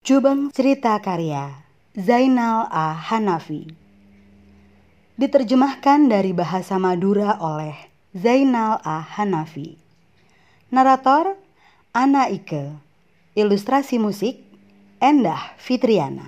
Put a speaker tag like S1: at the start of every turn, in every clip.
S1: Jubeng Cerita Karya Zainal A. Hanafi. Diterjemahkan dari bahasa Madura oleh Zainal A. Hanafi. Narator Ana Ike. Ilustrasi musik Endah Fitriana.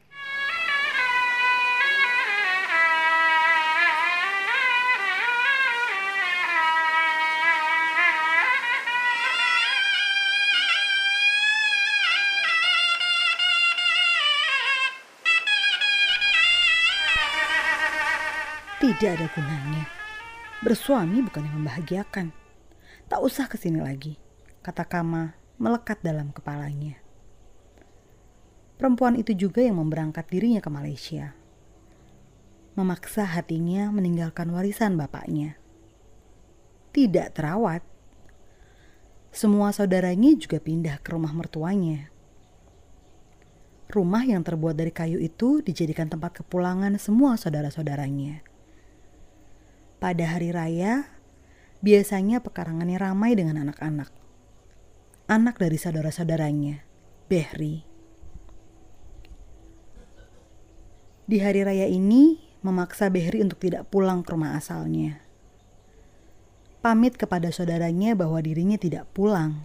S2: Tidak ada gunanya. Bersuami bukan yang membahagiakan. Tak usah kesini lagi, kata Kama melekat dalam kepalanya. Perempuan itu juga yang memberangkat dirinya ke Malaysia. Memaksa hatinya meninggalkan warisan bapaknya. Tidak terawat. Semua saudaranya juga pindah ke rumah mertuanya. Rumah yang terbuat dari kayu itu dijadikan tempat kepulangan semua saudara-saudaranya. Pada hari raya, biasanya pekarangannya ramai dengan anak-anak. Anak dari saudara-saudaranya, Behri. Di hari raya ini, memaksa Behri untuk tidak pulang ke rumah asalnya. Pamit kepada saudaranya bahwa dirinya tidak pulang.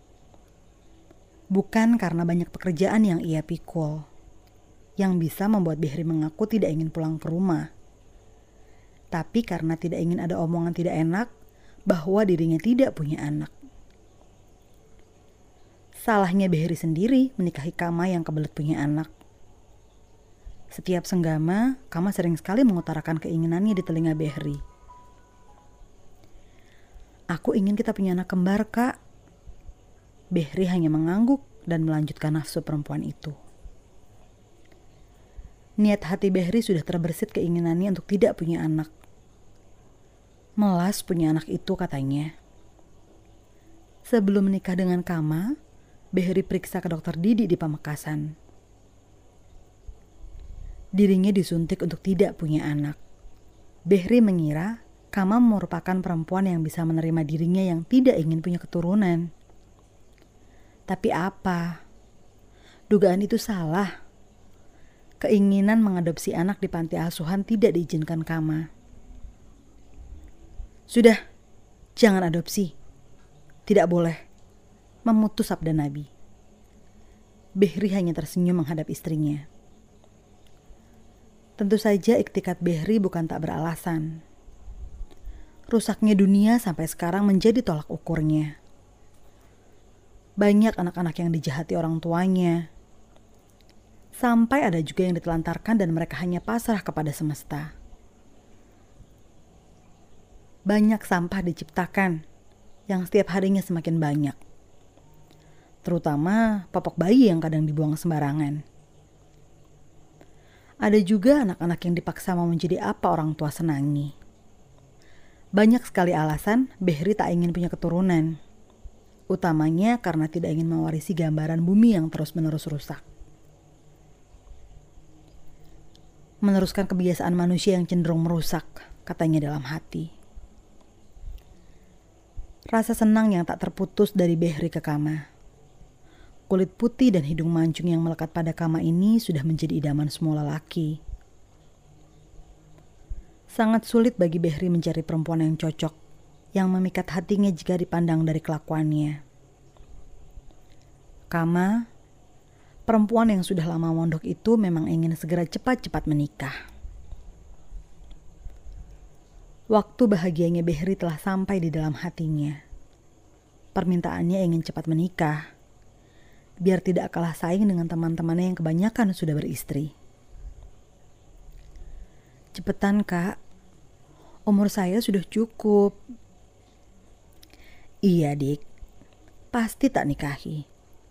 S2: Bukan karena banyak pekerjaan yang ia pikul, yang bisa membuat Behri mengaku tidak ingin pulang ke rumah. Tapi karena tidak ingin ada omongan tidak enak bahwa dirinya tidak punya anak. Salahnya Behri sendiri menikahi Kama yang kebelet punya anak. Setiap senggama, Kama sering sekali mengutarakan keinginannya di telinga Behri. Aku ingin kita punya anak kembar, Kak. Behri hanya mengangguk dan melanjutkan nafsu perempuan itu. Niat hati Behri sudah terbersit keinginannya untuk tidak punya anak. Melas punya anak itu, katanya. Sebelum menikah dengan Kama, Behri periksa ke dokter Didi di Pamekasan. Dirinya disuntik untuk tidak punya anak. Behri mengira Kama merupakan perempuan yang bisa menerima dirinya yang tidak ingin punya keturunan. Tapi apa? Dugaan itu salah. Keinginan mengadopsi anak di panti asuhan tidak diizinkan Kama. Sudah, jangan adopsi. Tidak boleh. Memutus sabda Nabi. Behri hanya tersenyum menghadap istrinya. Tentu saja iktikat Behri bukan tak beralasan. Rusaknya dunia sampai sekarang menjadi tolak ukurnya. Banyak anak-anak yang dijahati orang tuanya. Sampai ada juga yang ditelantarkan dan mereka hanya pasrah kepada semesta. Banyak sampah diciptakan yang setiap harinya semakin banyak. Terutama popok bayi yang kadang dibuang sembarangan. Ada juga anak-anak yang dipaksa mau menjadi apa orang tua senangi. Banyak sekali alasan Behri tak ingin punya keturunan. Utamanya karena tidak ingin mewarisi gambaran bumi yang terus-menerus rusak. Meneruskan kebiasaan manusia yang cenderung merusak, katanya dalam hati. Rasa senang yang tak terputus dari Behri ke Kama. Kulit putih dan hidung mancung yang melekat pada Kama ini sudah menjadi idaman semua lelaki. Sangat sulit bagi Behri mencari perempuan yang cocok, yang memikat hatinya jika dipandang dari kelakuannya. Kama, perempuan yang sudah lama mondok itu memang ingin segera cepat-cepat menikah. Waktu bahagianya Behri telah sampai di dalam hatinya. Permintaannya ingin cepat menikah, biar tidak kalah saing dengan teman-temannya yang kebanyakan sudah beristri. Cepetan, Kak. Umur saya sudah cukup. Iya, Dik. Pasti tak nikahi.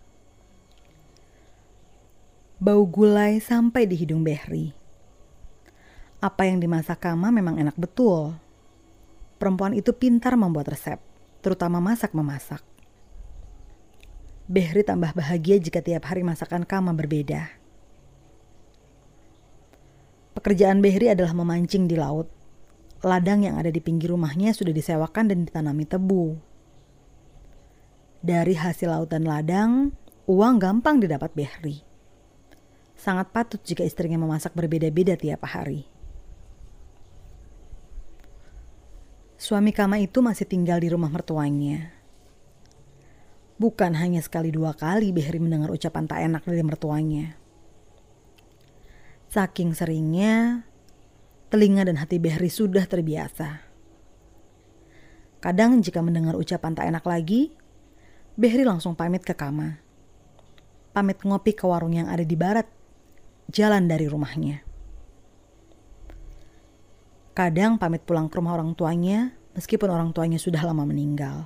S2: Bau gulai sampai di hidung Behri. Apa yang dimasak Kama memang enak betul. Perempuan itu pintar membuat resep, terutama masak-memasak. Behri tambah bahagia jika tiap hari masakan Kama berbeda. Pekerjaan Behri adalah memancing di laut. Ladang yang ada di pinggir rumahnya sudah disewakan dan ditanami tebu. Dari hasil lautan ladang, uang gampang didapat Behri. Sangat patut jika istrinya memasak berbeda-beda tiap hari. Suami Kama itu masih tinggal di rumah mertuanya. Bukan hanya sekali dua kali Behri mendengar ucapan tak enak dari mertuanya. Saking seringnya, telinga dan hati Behri sudah terbiasa. Kadang jika mendengar ucapan tak enak lagi, Behri langsung pamit ke Kama. Pamit ngopi ke warung yang ada di barat, jalan dari rumahnya. Kadang pamit pulang ke rumah orang tuanya, meskipun orang tuanya sudah lama meninggal.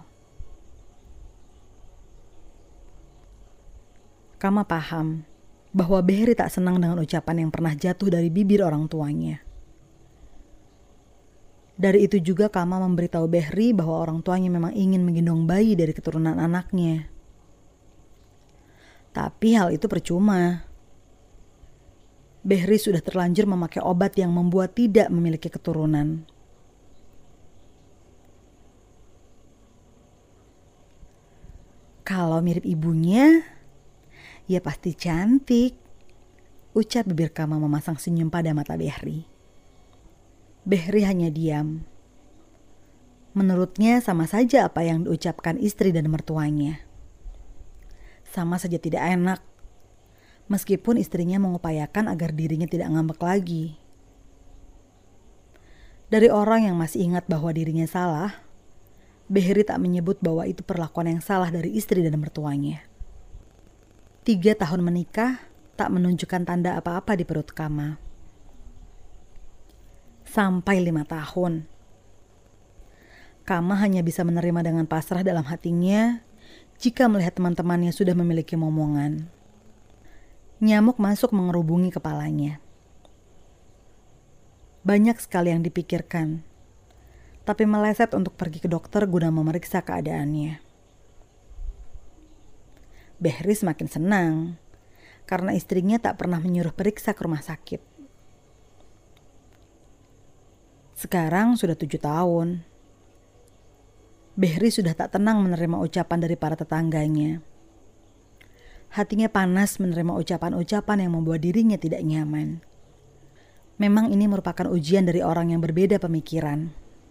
S2: Kama paham bahwa Behri tak senang dengan ucapan yang pernah jatuh dari bibir orang tuanya. Dari itu juga Kama memberitahu Behri bahwa orang tuanya memang ingin menggendong bayi dari keturunan anaknya. Tapi hal itu percuma. Behri sudah terlanjur memakai obat yang membuat tidak memiliki keturunan. Kalau mirip ibunya, ya pasti cantik, ucap bibir Kama memasang senyum pada mata Behri. Behri hanya diam. Menurutnya sama saja apa yang diucapkan istri dan mertuanya. Sama saja tidak enak. Meskipun istrinya mengupayakan agar dirinya tidak ngambek lagi. Dari orang yang masih ingat bahwa dirinya salah, Behri tak menyebut bahwa itu perlakuan yang salah dari istri dan mertuanya. 3 tahun menikah tak menunjukkan tanda apa-apa di perut Kama. Sampai 5 tahun. Kama hanya bisa menerima dengan pasrah dalam hatinya jika melihat teman-temannya sudah memiliki momongan. Nyamuk masuk mengerubungi kepalanya. Banyak sekali yang dipikirkan, tapi meleset untuk pergi ke dokter guna memeriksa keadaannya. Behri semakin senang karena istrinya tak pernah menyuruh periksa ke rumah sakit. Sekarang sudah 7 tahun. Behri sudah tak tenang menerima ucapan dari para tetangganya. Hatinya panas menerima ucapan-ucapan yang membuat dirinya tidak nyaman. Memang ini merupakan ujian dari orang yang berbeda pemikiran.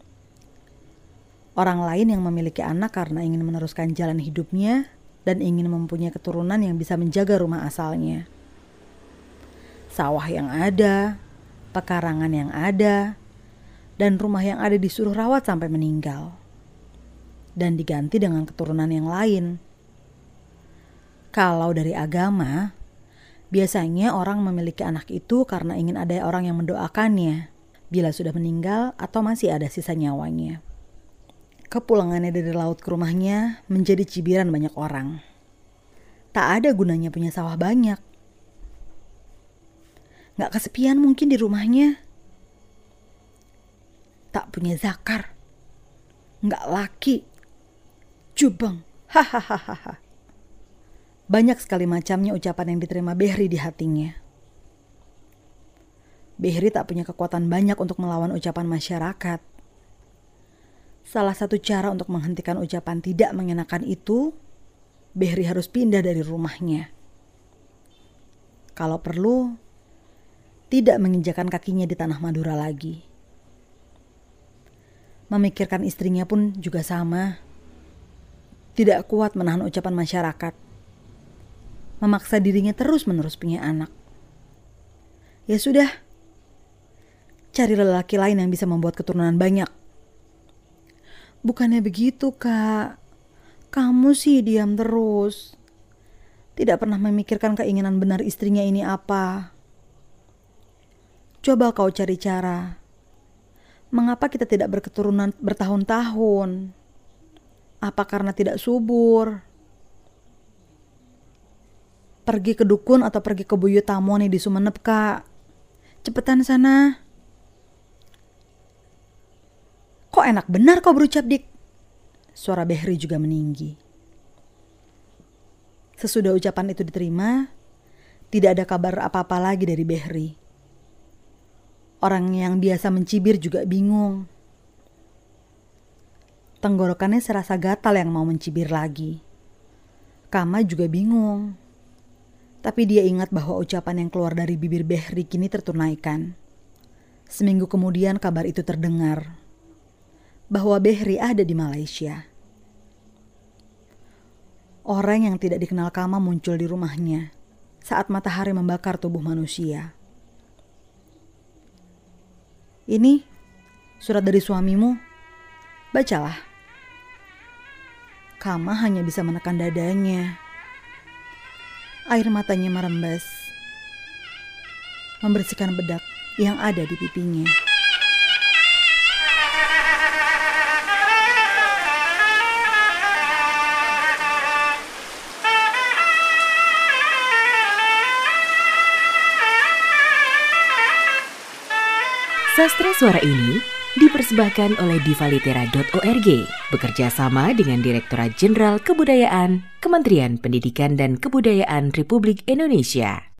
S2: Orang lain yang memiliki anak karena ingin meneruskan jalan hidupnya dan ingin mempunyai keturunan yang bisa menjaga rumah asalnya. Sawah yang ada, pekarangan yang ada, dan rumah yang ada disuruh rawat sampai meninggal. Dan diganti dengan keturunan yang lain. Kalau dari agama, biasanya orang memiliki anak itu karena ingin ada orang yang mendoakannya bila sudah meninggal atau masih ada sisa nyawanya. Kepulangannya dari laut ke rumahnya menjadi cibiran banyak orang. Tak ada gunanya punya sawah banyak. Gak kesepian mungkin di rumahnya. Tak punya zakar. Gak laki. Jubang. Hahaha. Banyak sekali macamnya ucapan yang diterima Behri di hatinya. Behri tak punya kekuatan banyak untuk melawan ucapan masyarakat. Salah satu cara untuk menghentikan ucapan tidak mengenakan itu, Behri harus pindah dari rumahnya. Kalau perlu, tidak menginjakan kakinya di tanah Madura lagi. Memikirkan istrinya pun juga sama. Tidak kuat menahan ucapan masyarakat. Memaksa dirinya terus-menerus punya anak. Ya sudah, cari lelaki lain yang bisa membuat keturunan banyak. Bukannya begitu, Kak. Kamu sih diam terus. Tidak pernah memikirkan keinginan benar istrinya ini apa. Coba kau cari cara. Mengapa kita tidak berketurunan bertahun-tahun? Apa karena tidak subur? Pergi ke dukun atau pergi ke Buyu Tamoni di Sumenep, Kak. Cepetan sana. Kok enak benar kau berucap, Dik? Suara Behri juga meninggi. Sesudah ucapan itu diterima, tidak ada kabar apa-apa lagi dari Behri. Orang yang biasa mencibir juga bingung. Tenggorokannya serasa gatal yang mau mencibir lagi. Kama juga bingung. Tapi dia ingat bahwa ucapan yang keluar dari bibir Behri kini tertunaikan. Seminggu kemudian kabar itu terdengar, bahwa Behri ada di Malaysia. Orang yang tidak dikenal Kama muncul di rumahnya saat matahari membakar tubuh manusia. Ini surat dari suamimu, bacalah. Kama hanya bisa menekan dadanya. Air matanya merembes, membersihkan bedak yang ada di pipinya.
S3: Sastra Suara ini dipersembahkan oleh divalitera.org bekerja sama dengan Direktorat Jenderal Kebudayaan, Kementerian Pendidikan dan Kebudayaan Republik Indonesia.